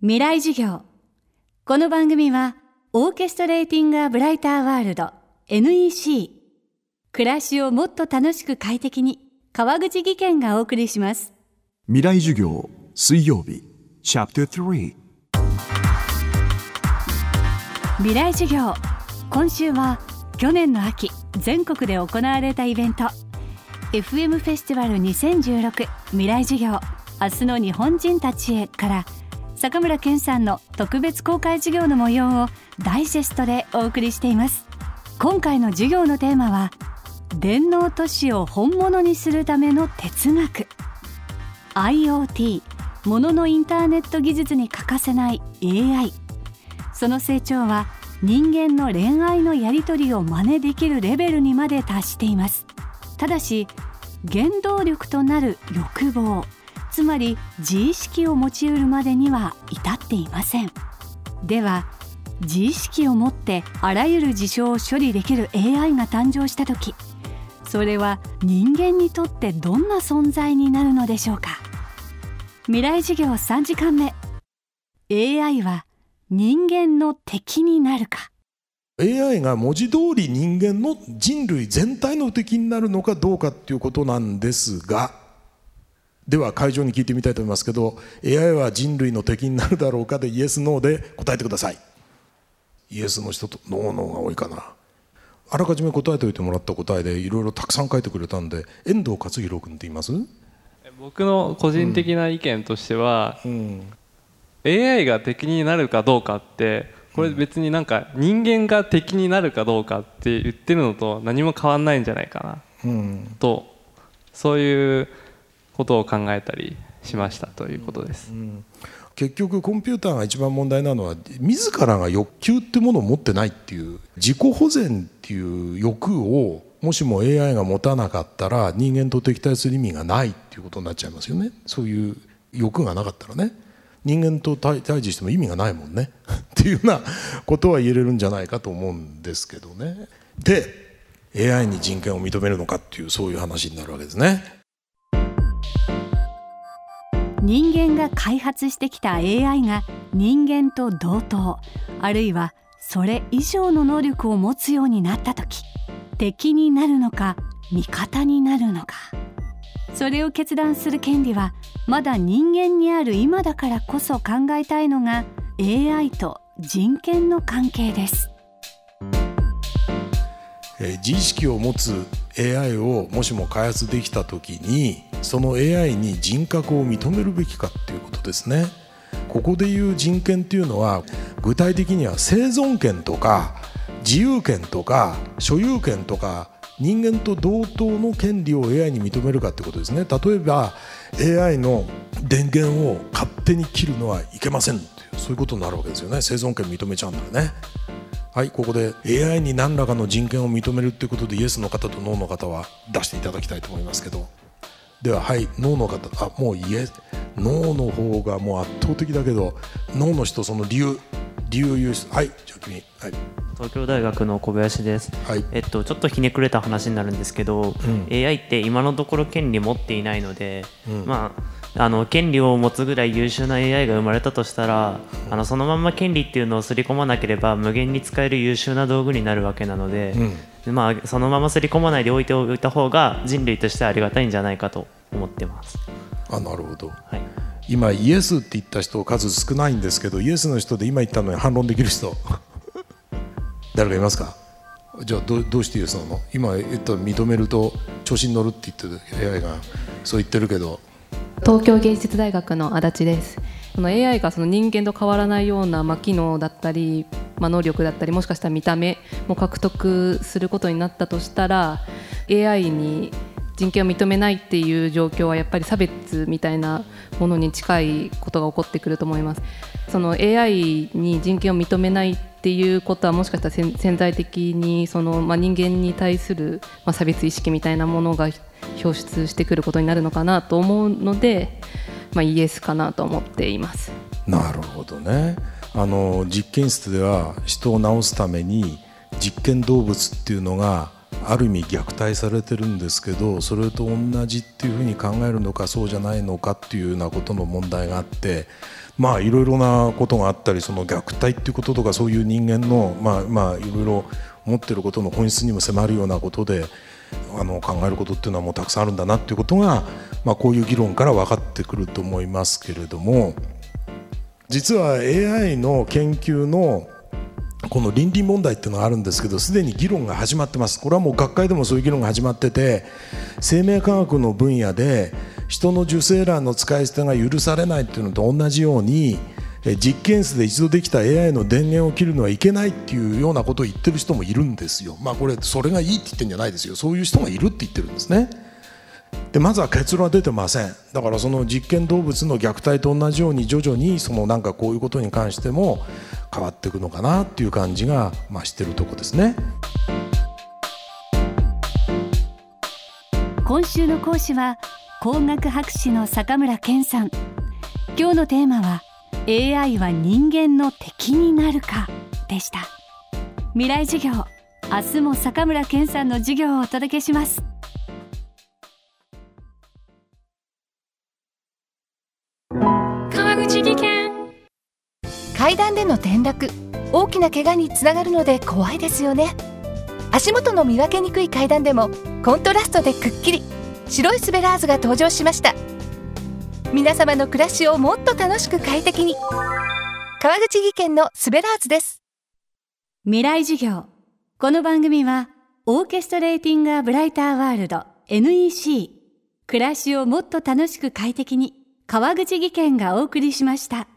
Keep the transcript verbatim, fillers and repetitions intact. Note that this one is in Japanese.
未来授業。この番組はオーケストレーティング・ア・ブライター・ワールド エヌイーシー 暮らしをもっと楽しく快適に川口義賢がお送りします。 未来授業水曜日チャプタースリー未来授業。今週は去年の秋全国で行われたイベント エフエム フェスティバルにせんじゅうろく未来授業明日の日本人たちへから坂村健さんの特別公開授業の模様をダイジェストでお送りしています。今回の授業のテーマは電脳都市を本物にするための哲学。 アイオーティー 物のインターネット技術に欠かせない エーアイ。 その成長は人間の恋愛のやり取りを真似できるレベルにまで達しています。ただし原動力となる欲望、つまり自意識を持ち得るまでには至っていません。では自意識を持ってあらゆる事象を処理できる エーアイ が誕生したとき、それは人間にとってどんな存在になるのでしょうか。未来授業さんじかんめ、 エーアイ は人間の敵になるか。 エーアイ が文字通り人間の人類全体の敵になるのかどうかっていうことなんですが、では会場に聞いてみたいと思いますけど、 エーアイ は人類の敵になるだろうかでイエスノーで答えてください。イエスの人とノーノーが多いかな。あらかじめ答えておいてもらった答えでいろいろたくさん書いてくれたんで、遠藤勝弘君って言います？ 僕の個人的な意見としては、 うんうん、 エーアイ が敵になるかどうかってこれ別になんか人間が敵になるかどうかって言ってるのと何も変わんないんじゃないかな、うん、とそういうことを考えたりしましたということです、うんうん、 結局コンピューターが一番問題なのは自らが欲求ってものを持ってないっていう、自己保全っていう欲をもしも エーアイ が持たなかったら人間と敵対する意味がないっていうことになっちゃいますよね。そういう欲がなかったらね、人間と対峙しても意味がないもんねっていうようなことは言えれるんじゃないかと思うんですけどね。で エーアイ に人権を認めるのかっていう、そういう話になるわけですね。 人間が開発してきた エーアイ が人間と同等、あるいはそれ以上の能力を持つようになったとき、敵になるのか味方になるのか、それを決断する権利はまだ人間にある今だからこそ考えたいのが エーアイ と人権の関係です。 えー、自意識を持つ エーアイ をもしも開発できたときに、その エーアイ に人格を認めるべきかっていうことですね。ここでいう人権っていうのは具体的には生存権とか自由権とか所有権とか人間と同等の権利を エーアイ に認めるかってことですね。例えば エーアイ の電源を勝手に切るのはいけませんっていう、そういうことになるわけですよね。生存権認めちゃうんだよね。はい、ここで エーアイ に何らかの人権を認めるっていうことでイエスの方とノーの方は出していただきたいと思いますけど、でははい、ノーの方、あ、もうイエスノーの方がもう圧倒的だけど、ノーの人その理由理由を言う人、はい、じゃあ君、はい、 東京大学の小林です、 はい。 えっと、ちょっとひねくれた話になるんですけど、うん、エーアイ って今のところ権利持っていないので、うん、まあ、あの権利を持つぐらい優秀な エーアイ が生まれたとしたら、うん、あのそのまんま権利っていうのを刷り込まなければ無限に使える優秀な道具になるわけなので、うん、まあ、そのまま刷り込まないで置いておいた方が人類としてはありがたいんじゃないかと思ってます。 あ、なるほど、 はい。 今イエスって言った人数少ないんですけど、イエスの人で今言ったのに反論できる人誰かいますか？じゃあ ど, どうしてイエスなの？今言った認めると調子に乗るって言ってる エーアイ がそう言ってるけど。 東京芸術大学の足立です。その エーアイ がその人間と変わらないような、まあ、機能だったり、まあ、能力だったり、もしかしたら見た目も獲得することになったとしたら、 エーアイ に人権を認めないっていう状況はやっぱり差別みたいなものに近いことが起こってくると思います。その エーアイ に人権を認めないっていうことはもしかしたら潜在的にその、まあ、人間に対する、まあ、差別意識みたいなものが表出してくることになるのかなと思うので、まあ、イエスかなと思っています。 なるほどね。あの実験室では人を治すために実験動物っていうのがある意味虐待されてるんですけど、それと同じっていうふうに考えるのかそうじゃないのかっていうようなことの問題があって、 まあいろいろなことがあったり、その虐待っていうこととか、そういう人間のまあまあいろいろ持っていることの本質にも迫るようなことで、あの考えることっていうのはもうたくさんあるんだなっていうことが、まあ、こういう議論から分かってくると思いますけれども、実は エーアイ の研究のこの倫理問題っていうのがあるんですけど、すでに議論が始まってます。これはもう学会でもそういう議論が始まってて、生命科学の分野で人の受精卵の使い捨てが許されないっていうのと同じように、実験室で一度できた エーアイ の電源を切るのはいけないっていうようなことを言ってる人もいるんですよ。まあこれそれがいいって言ってるんじゃないですよ。そういう人がいるって言ってるんですね。でまずは結論は出てません。だからその実験動物の虐待と同じように徐々にそのなんかこういうことに関しても変わっていくのかなっていう感じがまあしてるとこですね。 今週の講師は工学博士の坂村健さん。今日のテーマはエーアイ は人間の敵になるかでした。未来授業、明日も坂村健さんの授業をお届けします。 川口技研。階段での転落、大きな怪我につながるので怖いですよね。足元の見分けにくい階段でもコントラストでくっきり白いスベラーズが登場しました。皆様の暮らしをもっと楽しく快適に、川口技研のスベラーズです。 未来授業。この番組はオーケストレーティングアブライターワールド エヌイーシー、 暮らしをもっと楽しく快適に、川口技研がお送りしました。